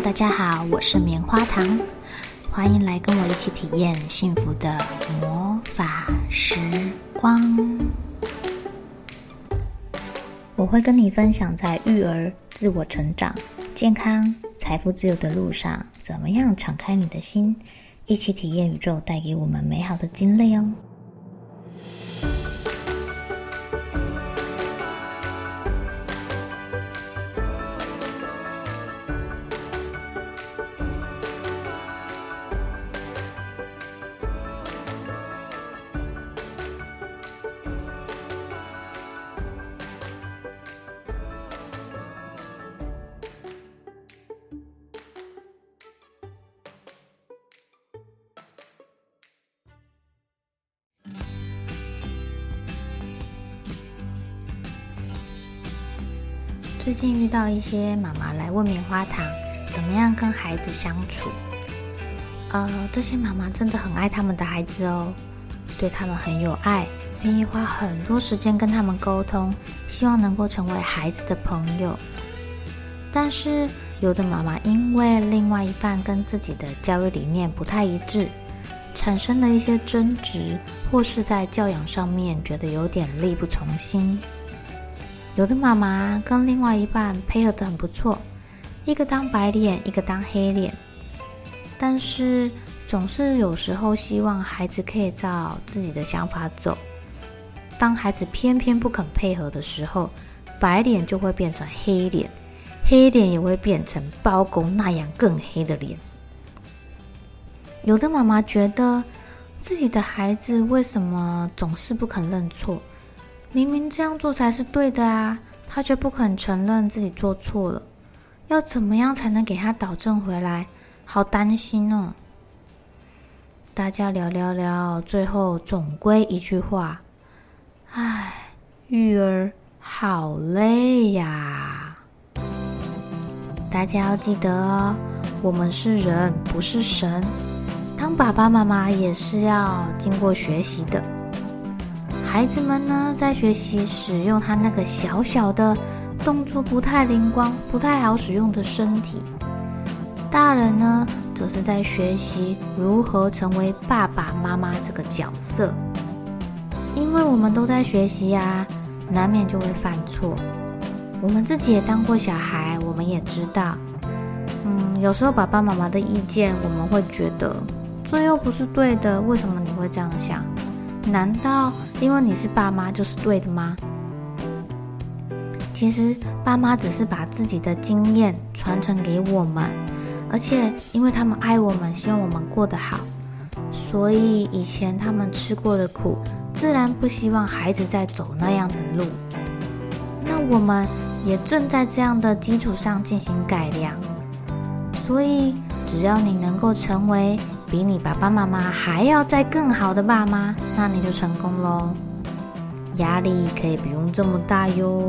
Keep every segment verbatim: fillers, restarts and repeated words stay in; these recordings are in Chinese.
大家好，我是棉花糖，欢迎来跟我一起体验幸福的魔法时光。我会跟你分享在育儿、自我成长、健康、财富自由的路上，怎么样敞开你的心，一起体验宇宙带给我们美好的经历哦。最近遇到一些妈妈来问棉花糖怎么样跟孩子相处。呃，这些妈妈真的很爱他们的孩子哦，对他们很有爱，愿意花很多时间跟他们沟通，希望能够成为孩子的朋友。但是有的妈妈因为另外一半跟自己的教育理念不太一致，产生了一些争执，或是在教养上面觉得有点力不从心。有的妈妈跟另外一半配合得很不错，一个当白脸，一个当黑脸，但是总是有时候希望孩子可以照自己的想法走。当孩子偏偏不肯配合的时候，白脸就会变成黑脸，黑脸也会变成包公那样更黑的脸。有的妈妈觉得自己的孩子为什么总是不肯认错，明明这样做才是对的啊，他却不肯承认自己做错了，要怎么样才能给他导正回来？好担心哦。大家聊聊聊，最后总归一句话：唉，育儿好累呀。大家要记得哦，我们是人，不是神。当爸爸妈妈也是要经过学习的。孩子们呢，在学习使用他那个小小的动作不太灵光、不太好使用的身体。大人呢，则是在学习如何成为爸爸妈妈这个角色。因为我们都在学习啊，难免就会犯错。我们自己也当过小孩，我们也知道，嗯，有时候爸爸妈妈的意见，我们会觉得这又不是对的，为什么你会这样想？难道因为你是爸妈就是对的吗？其实爸妈只是把自己的经验传承给我们，而且因为他们爱我们，希望我们过得好，所以以前他们吃过的苦，自然不希望孩子再走那样的路。那我们也正在这样的基础上进行改良，所以只要你能够成为比你爸爸妈妈还要再更好的爸妈，那你就成功咯。压力可以不用这么大哟。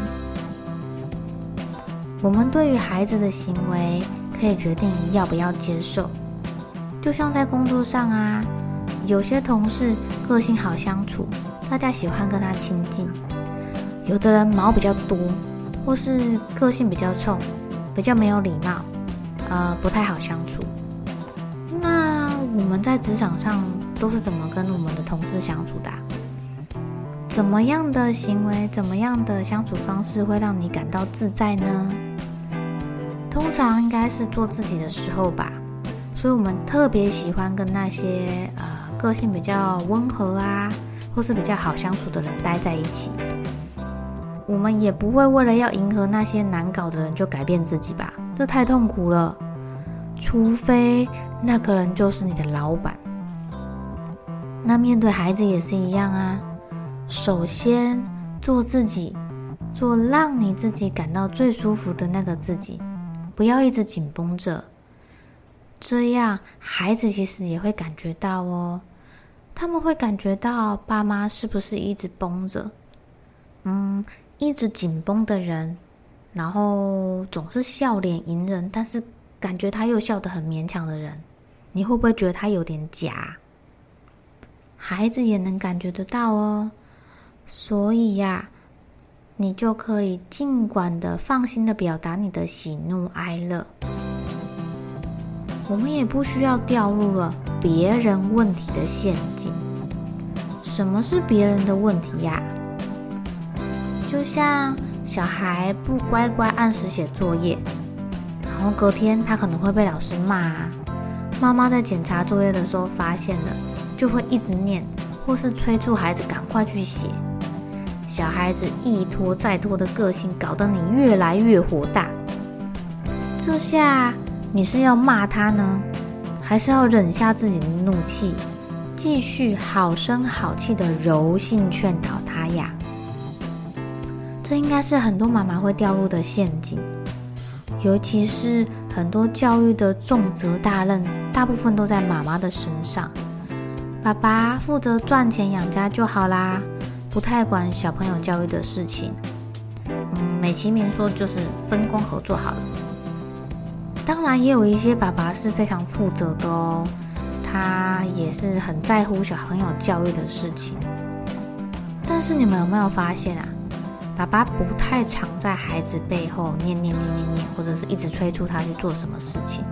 我们对于孩子的行为可以决定要不要接受。就像在工作上啊，有些同事个性好相处，大家喜欢跟他亲近。有的人毛比较多，或是个性比较冲，比较没有礼貌，呃，不太好相处。那我们在职场上都是怎么跟我们的同事相处的啊？怎么样的行为，怎么样的相处方式会让你感到自在呢？通常应该是做自己的时候吧，所以我们特别喜欢跟那些呃个性比较温和啊，或是比较好相处的人待在一起。我们也不会为了要迎合那些难搞的人就改变自己吧，这太痛苦了。除非那个人就是你的老板。那面对孩子也是一样啊，首先做自己，做让你自己感到最舒服的那个自己，不要一直紧绷着，这样孩子其实也会感觉到哦，他们会感觉到爸妈是不是一直绷着，嗯，一直紧绷的人，然后总是笑脸迎人，但是感觉他又笑得很勉强的人，你会不会觉得他有点假？孩子也能感觉得到哦。所以呀、啊，你就可以尽管的放心的表达你的喜怒哀乐， 我们也不需要掉入了别人问题的陷阱。什么是别人的问题呀？就像小孩不乖乖按时写作业，然后隔天他可能会被老师骂啊。妈妈在检查作业的时候发现了，就会一直念，或是催促孩子赶快去写。小孩子一拖再拖的个性，搞得你越来越火大。这下你是要骂他呢，还是要忍下自己的怒气，继续好声好气的柔性劝导他呀？这应该是很多妈妈会掉入的陷阱，尤其是很多教育的重责大任，大部分都在妈妈的身上。爸爸负责赚钱养家就好啦，不太管小朋友教育的事情。嗯，美其名说就是分工合作好了。当然也有一些爸爸是非常负责的哦，他也是很在乎小朋友教育的事情。但是你们有没有发现啊，爸爸不太常在孩子背后念念念念念，或者是一直催促他去做什么事情。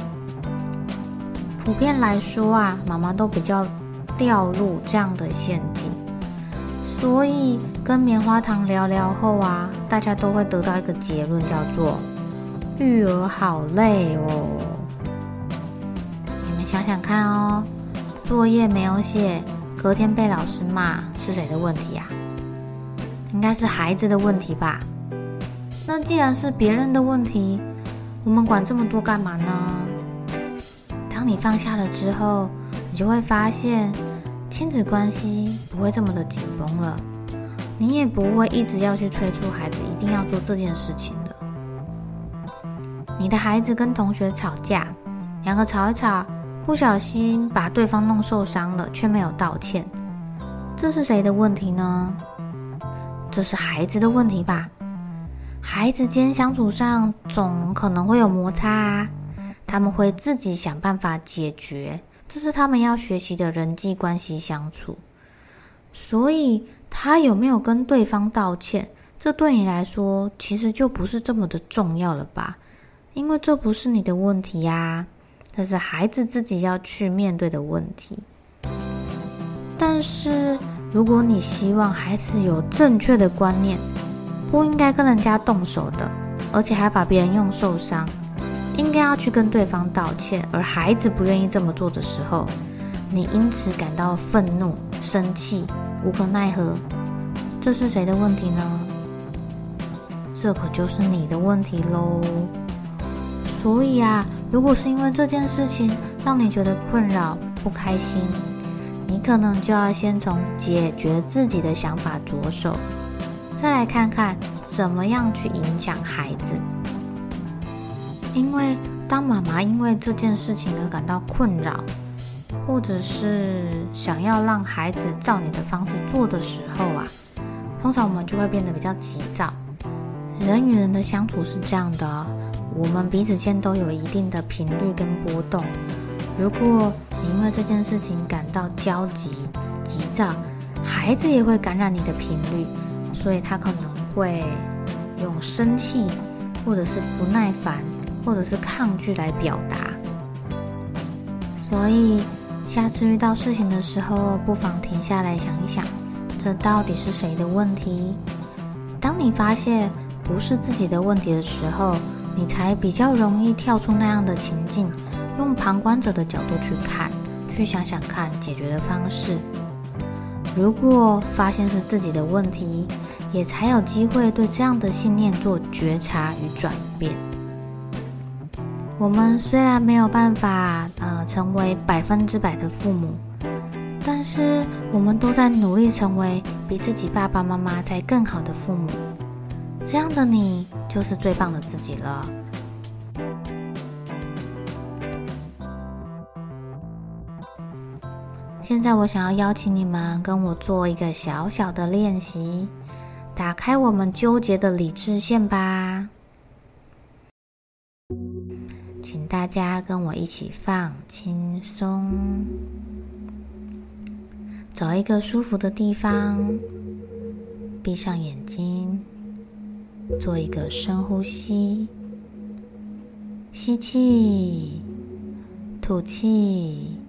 普遍来说啊，妈妈都比较掉入这样的陷阱。所以跟棉花糖聊聊后啊，大家都会得到一个结论，叫做育儿好累哦。你们想想看哦，作业没有写，隔天被老师骂，是谁的问题啊？应该是孩子的问题吧？那既然是别人的问题，我们管这么多干嘛呢？当你放下了之后，你就会发现亲子关系不会这么的紧绷了，你也不会一直要去催促孩子一定要做这件事情的。你的孩子跟同学吵架，两个吵一吵，不小心把对方弄受伤了，却没有道歉，这是谁的问题呢？这是孩子的问题吧？孩子间相处上总可能会有摩擦啊，他们会自己想办法解决，这是他们要学习的人际关系相处。所以他有没有跟对方道歉，这对你来说其实就不是这么的重要了吧？因为这不是你的问题呀，这是孩子自己要去面对的问题。但是如果你希望孩子有正确的观念，不应该跟人家动手的，而且还把别人用受伤，应该要去跟对方道歉，而孩子不愿意这么做的时候，你因此感到愤怒、生气、无可奈何，这是谁的问题呢？这可就是你的问题咯。所以啊，如果是因为这件事情让你觉得困扰、不开心，你可能就要先从解决自己的想法着手，再来看看怎么样去影响孩子。因为当妈妈因为这件事情而感到困扰，或者是想要让孩子照你的方式做的时候啊，通常我们就会变得比较急躁。人与人的相处是这样的哦，我们彼此间都有一定的频率跟波动。如果你因为这件事情感到焦急、急躁，孩子也会感染你的频率，所以他可能会用生气，或者是不耐烦，或者是抗拒来表达。所以下次遇到事情的时候，不妨停下来想一想，这到底是谁的问题？当你发现不是自己的问题的时候，你才比较容易跳出那样的情境，用旁观者的角度去看，去想想看解决的方式。如果发现是自己的问题，也才有机会对这样的信念做觉察与转变。我们虽然没有办法呃成为百分之百的父母，但是我们都在努力成为比自己爸爸妈妈再更好的父母。这样的你就是最棒的自己了。现在我想要邀请你们跟我做一个小小的练习，打开我们纠结的理智线吧。请大家跟我一起放轻松，找一个舒服的地方，闭上眼睛，做一个深呼吸，吸气， 吐气，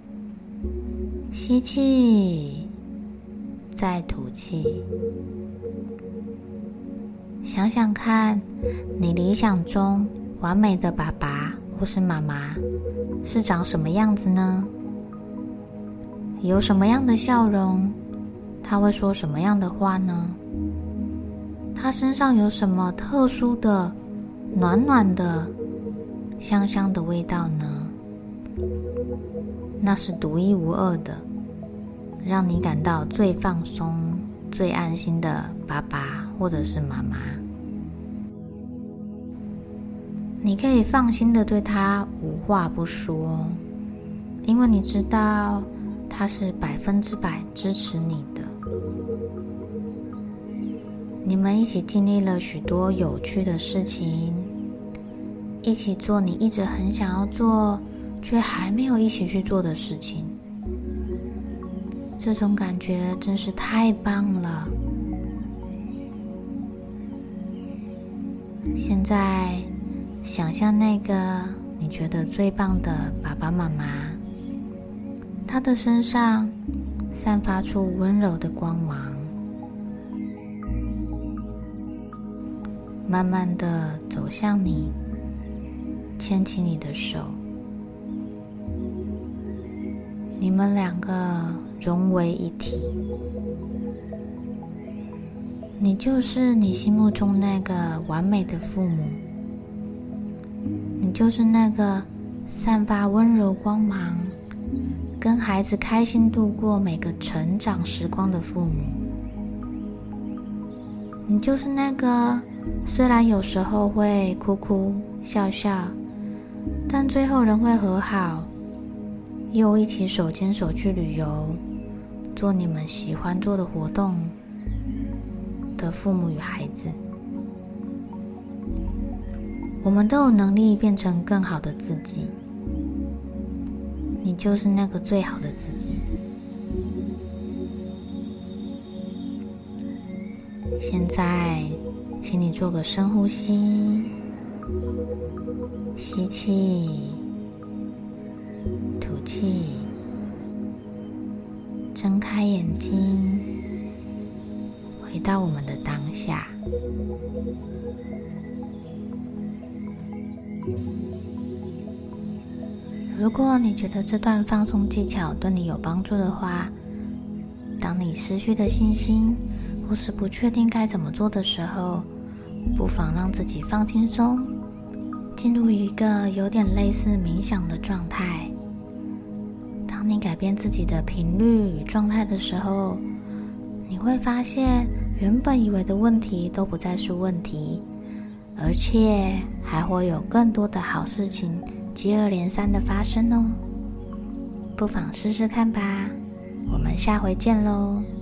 吸气，再吐气。想想看，你理想中完美的爸爸或是妈妈是长什么样子呢？有什么样的笑容？他会说什么样的话呢？他身上有什么特殊的、暖暖的、香香的味道呢？那是独一无二的，让你感到最放松、最安心的爸爸或者是妈妈。你可以放心的对他无话不说，因为你知道他是百分之百支持你的。你们一起经历了许多有趣的事情，一起做你一直很想要做却还没有一起去做的事情。这种感觉真是太棒了。现在想象那个你觉得最棒的爸爸妈妈，他的身上散发出温柔的光芒，慢慢的走向你，牵起你的手，你们两个融为一体。你就是你心目中那个完美的父母，你就是那个散发温柔光芒，跟孩子开心度过每个成长时光的父母。你就是那个虽然有时候会哭哭笑笑，但最后仍会和好，又一起手牵手去旅游，做你们喜欢做的活动的父母与孩子。我们都有能力变成更好的自己，你就是那个最好的自己。现在请你做个深呼吸，吸气，吐气，睁开眼睛，回到我们的当下。如果你觉得这段放松技巧对你有帮助的话，当你失去了信心或是不确定该怎么做的时候，不妨让自己放轻松，进入一个有点类似冥想的状态。当你改变自己的频率与状态的时候，你会发现原本以为的问题都不再是问题，而且还会有更多的好事情接二连三的发生哦。不妨试试看吧，我们下回见喽。